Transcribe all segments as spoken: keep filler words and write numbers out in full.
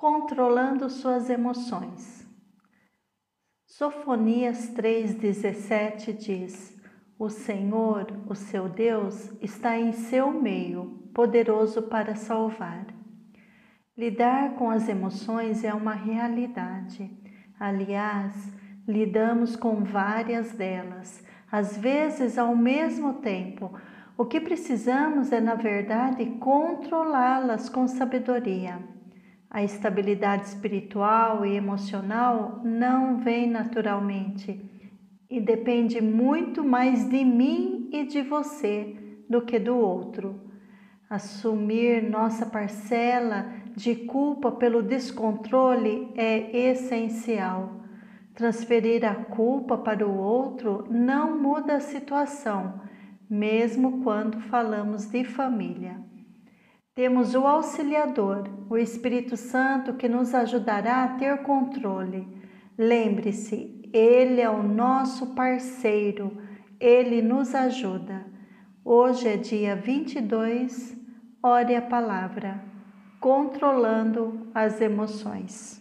controlando suas emoções. Sofonias três, dezessete diz: o Senhor, o seu Deus, está em seu meio, poderoso para salvar. Lidar com as emoções é uma realidade. Aliás, lidamos com várias delas, às vezes ao mesmo tempo. O que precisamos é, na verdade, controlá-las com sabedoria. A estabilidade espiritual e emocional não vem naturalmente e depende muito mais de mim e de você do que do outro. Assumir nossa parcela de culpa pelo descontrole é essencial. Transferir a culpa para o outro não muda a situação, mesmo quando falamos de família. Temos o Auxiliador, o Espírito Santo, que nos ajudará a ter controle. Lembre-se, Ele é o nosso parceiro, Ele nos ajuda. Hoje é dia vinte e dois, ore a palavra, controlando as emoções.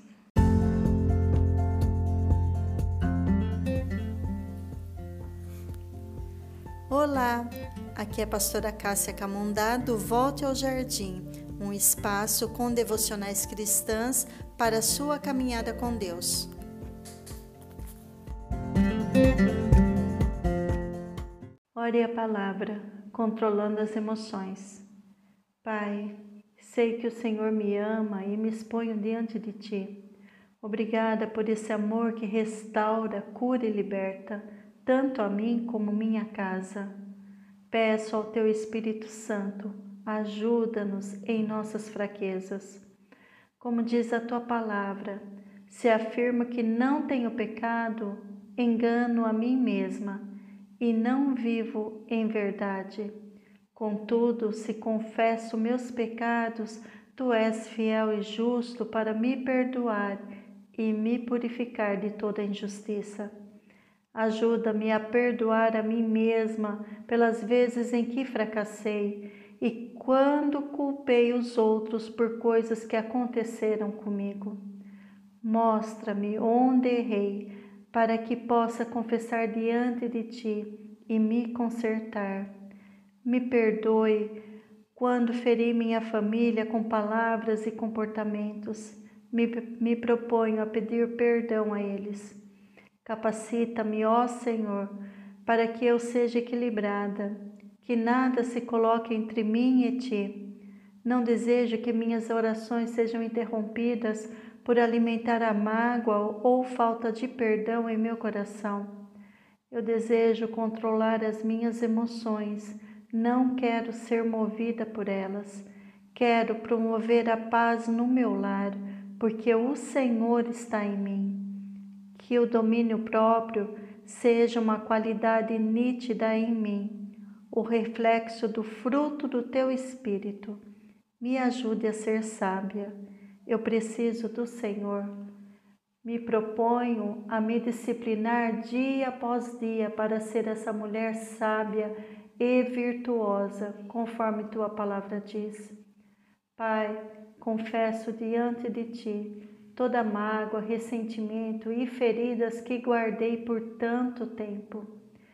Olá, aqui é a pastora Cássia Camundá do Volte ao Jardim, um espaço com devocionais cristãs para a sua caminhada com Deus. Ore a palavra, controlando as emoções. Pai, sei que o Senhor me ama e me exponho diante de Ti. Obrigada por esse amor que restaura, cura e liberta, tanto a mim como minha casa. Peço ao Teu Espírito Santo, ajuda-nos em nossas fraquezas. Como diz a Tua palavra, se afirmo que não tenho pecado, engano a mim mesma e não vivo em verdade. Contudo, se confesso meus pecados, Tu és fiel e justo para me perdoar e me purificar de toda injustiça. Ajuda-me a perdoar a mim mesma pelas vezes em que fracassei e quando culpei os outros por coisas que aconteceram comigo. Mostra-me onde errei, para que possa confessar diante de Ti e me consertar. Me perdoe quando feri minha família com palavras e comportamentos. Me, me proponho a pedir perdão a eles. Capacita-me, ó Senhor, para que eu seja equilibrada, que nada se coloque entre mim e Ti. Não desejo que minhas orações sejam interrompidas por alimentar a mágoa ou falta de perdão em meu coração. Eu desejo controlar as minhas emoções, não quero ser movida por elas. Quero promover a paz no meu lar, porque o Senhor está em mim. Que o domínio próprio seja uma qualidade nítida em mim, o reflexo do fruto do Teu Espírito. Me ajude a ser sábia. Eu preciso do Senhor. Me proponho a me disciplinar dia após dia para ser essa mulher sábia e virtuosa, conforme Tua palavra diz. Pai, confesso diante de Ti toda mágoa, ressentimento e feridas que guardei por tanto tempo.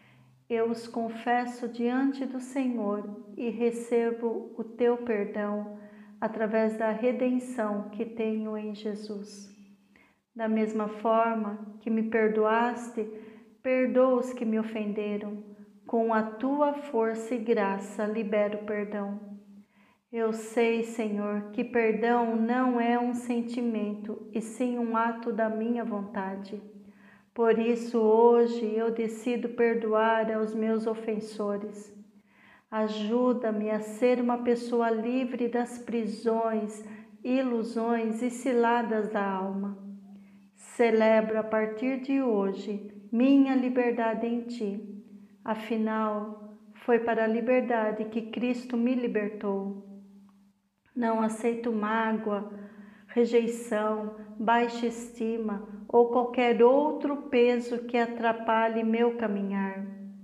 Eu os confesso diante do Senhor e recebo o Teu perdão através da redenção que tenho em Jesus. Da mesma forma que me perdoaste, perdoa os que me ofenderam. Com a Tua força e graça libero perdão. Eu sei, Senhor, que perdão não é um sentimento, e sim um ato da minha vontade. Por isso, hoje, eu decido perdoar aos meus ofensores. Ajuda-me a ser uma pessoa livre das prisões, ilusões e ciladas da alma. Celebro a partir de hoje minha liberdade em Ti. Afinal, foi para a liberdade que Cristo me libertou. Não aceito mágoa, rejeição, baixa estima ou qualquer outro peso que atrapalhe meu caminhar.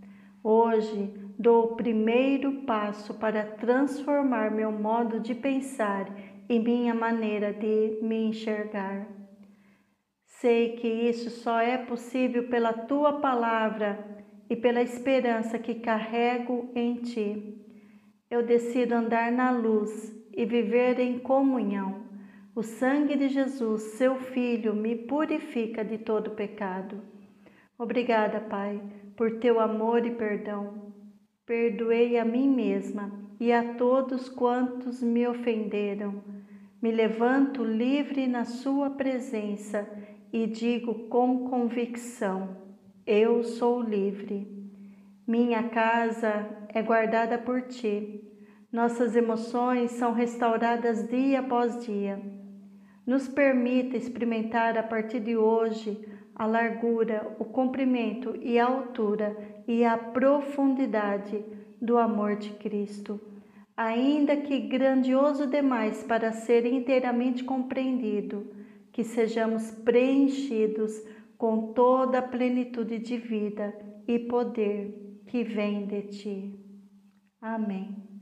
Hoje dou o primeiro passo para transformar meu modo de pensar e minha maneira de me enxergar. Sei que isso só é possível pela Tua palavra e pela esperança que carrego em Ti. Eu decido andar na luz e viver em comunhão. O sangue de Jesus, Seu Filho, me purifica de todo pecado. Obrigada, Pai, por Teu amor e perdão. Perdoei a mim mesma e a todos quantos me ofenderam. Me levanto livre na Sua presença e digo com convicção: eu sou livre. Minha casa é guardada por Ti. Nossas emoções são restauradas dia após dia. Nos permita experimentar a partir de hoje a largura, o comprimento e a altura e a profundidade do amor de Cristo, ainda que grandioso demais para ser inteiramente compreendido, que sejamos preenchidos com toda a plenitude de vida e poder que vem de Ti. Amém.